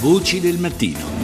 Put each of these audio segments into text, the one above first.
Voci del mattino.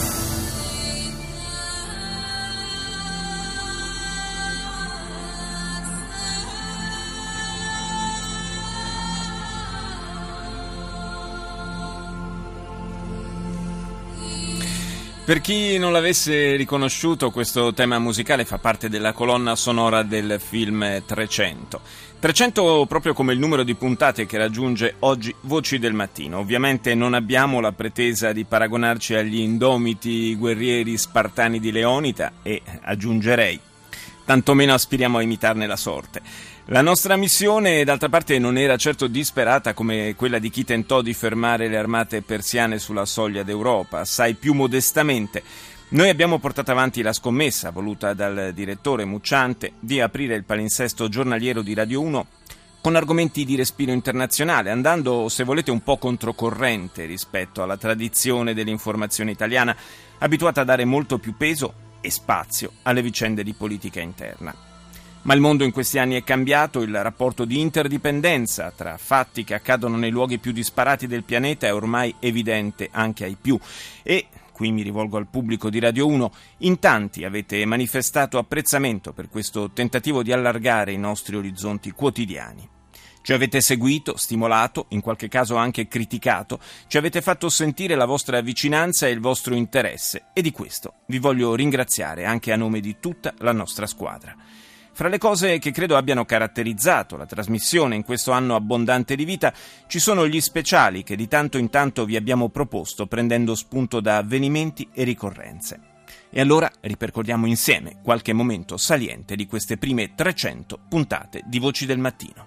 Per chi non l'avesse riconosciuto, questo tema musicale fa parte della colonna sonora del film 300. 300 proprio come il numero di puntate che raggiunge oggi Voci del Mattino. Ovviamente non abbiamo la pretesa di paragonarci agli indomiti guerrieri spartani di Leonida e, aggiungerei, tantomeno aspiriamo a imitarne la sorte. La nostra missione, d'altra parte, non era certo disperata come quella di chi tentò di fermare le armate persiane sulla soglia d'Europa, assai più modestamente. Noi abbiamo portato avanti la scommessa, voluta dal direttore Mucciante, di aprire il palinsesto giornaliero di Radio 1 con argomenti di respiro internazionale, andando, se volete, un po' controcorrente rispetto alla tradizione dell'informazione italiana, abituata a dare molto più peso e spazio alle vicende di politica interna. Ma il mondo in questi anni è cambiato, il rapporto di interdipendenza tra fatti che accadono nei luoghi più disparati del pianeta è ormai evidente anche ai più. E, qui mi rivolgo al pubblico di Radio 1, in tanti avete manifestato apprezzamento per questo tentativo di allargare i nostri orizzonti quotidiani. Ci avete seguito, stimolato, in qualche caso anche criticato, ci avete fatto sentire la vostra vicinanza e il vostro interesse e di questo vi voglio ringraziare anche a nome di tutta la nostra squadra. Fra le cose che credo abbiano caratterizzato la trasmissione in questo anno abbondante di vita ci sono gli speciali che di tanto in tanto vi abbiamo proposto prendendo spunto da avvenimenti e ricorrenze. E allora ripercorriamo insieme qualche momento saliente di queste prime 300 puntate di Voci del Mattino.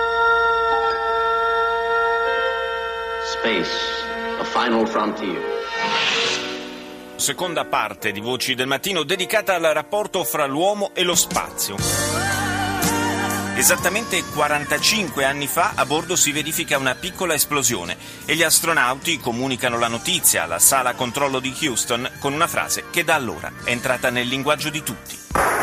Space, a final frontier. Seconda parte di Voci del Mattino dedicata al rapporto fra l'uomo e lo spazio. Esattamente 45 anni fa a bordo si verifica una piccola esplosione e gli astronauti comunicano la notizia alla sala controllo di Houston con una frase che da allora è entrata nel linguaggio di tutti.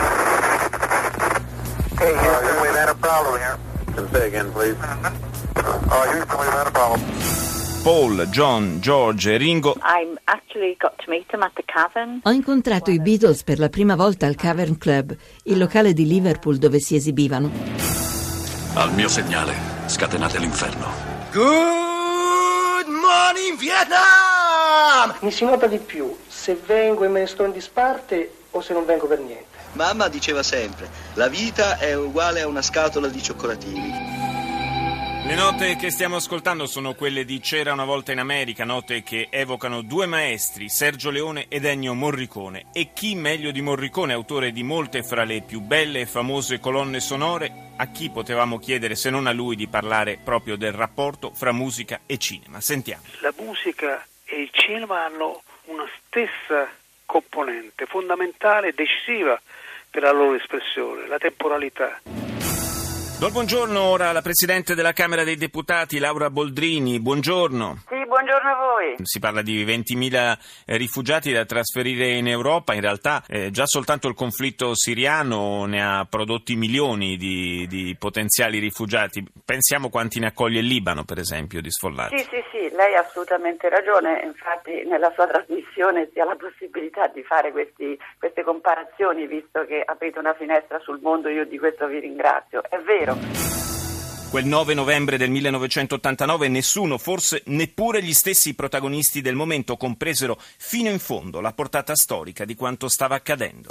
Hey, Houston, we've had a problem here. Say again, please. Houston, we've had a problem. Paul, John, George e Ringo. I actually got to meet them at the Cavern. Ho incontrato i Beatles per la prima volta al Cavern Club, il locale di Liverpool dove si esibivano. Al mio segnale, scatenate l'inferno. Good morning Vietnam! Mi si nota di più se vengo e me ne sto in disparte o se non vengo per niente. Mamma diceva sempre, la vita è uguale a una scatola di cioccolatini. Le note che stiamo ascoltando sono quelle di C'era una volta in America, note che evocano due maestri, Sergio Leone ed Ennio Morricone. E chi meglio di Morricone, autore di molte fra le più belle e famose colonne sonore, a chi potevamo chiedere se non a lui di parlare proprio del rapporto fra musica e cinema? Sentiamo. La musica e il cinema hanno una stessa componente fondamentale e decisiva per la loro espressione, la temporalità. Do il buongiorno ora alla Presidente della Camera dei Deputati, Laura Boldrini. Buongiorno. Sì, buongiorno a voi. Si parla di 20.000 rifugiati da trasferire in Europa. In realtà già soltanto il conflitto siriano ne ha prodotti milioni di potenziali rifugiati. Pensiamo quanti ne accoglie il Libano, per esempio, di sfollati. Sì, lei ha assolutamente ragione. Infatti nella sua trasmissione si ha la possibilità di fare queste comparazioni, visto che aprite una finestra sul mondo, io di questo vi ringrazio. È vero. Quel 9 novembre del 1989 nessuno, forse neppure gli stessi protagonisti del momento, compresero fino in fondo la portata storica di quanto stava accadendo.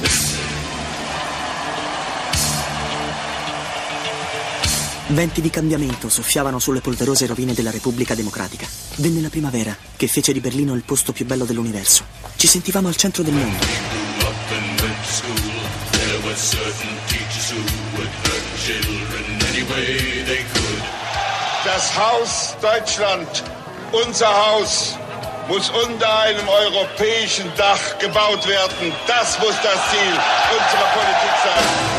Venti di cambiamento soffiavano sulle polverose rovine della Repubblica Democratica. Venne la primavera, che fece di Berlino il posto più bello dell'universo. Ci sentivamo al centro del mondo. Das Haus Deutschland, unser Haus, muss unter einem europäischen Dach gebaut werden. Das muss das Ziel unserer Politik sein.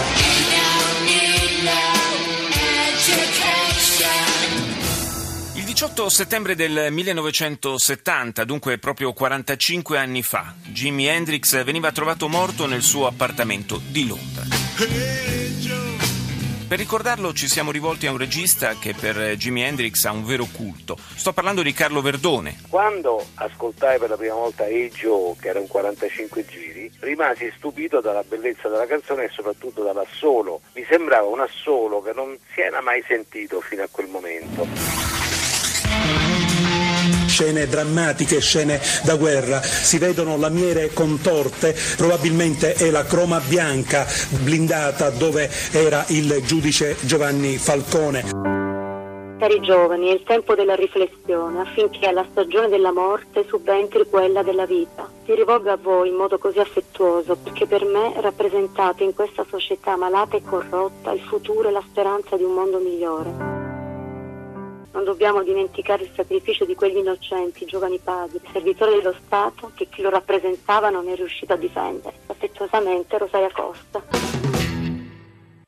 Il 18 settembre del 1970, dunque proprio 45 anni fa, Jimi Hendrix veniva trovato morto nel suo appartamento di Londra. Per ricordarlo ci siamo rivolti a un regista che per Jimi Hendrix ha un vero culto. Sto parlando di Carlo Verdone. Quando ascoltai per la prima volta Hey Joe, che era un 45 giri, rimasi stupito dalla bellezza della canzone e soprattutto dall'assolo. Mi sembrava un assolo che non si era mai sentito fino a quel momento. Scene drammatiche, scene da guerra, si vedono lamiere contorte, probabilmente è la croma bianca blindata dove era il giudice Giovanni Falcone. Cari giovani, è il tempo della riflessione affinché alla stagione della morte subentri quella della vita. Mi rivolgo a voi in modo così affettuoso perché per me rappresentate in questa società malata e corrotta il futuro e la speranza di un mondo migliore. Non dobbiamo dimenticare il sacrificio di quegli innocenti, giovani padri, servitori dello Stato che chi lo rappresentava non è riuscito a difendere. Affettuosamente Rosaria Costa.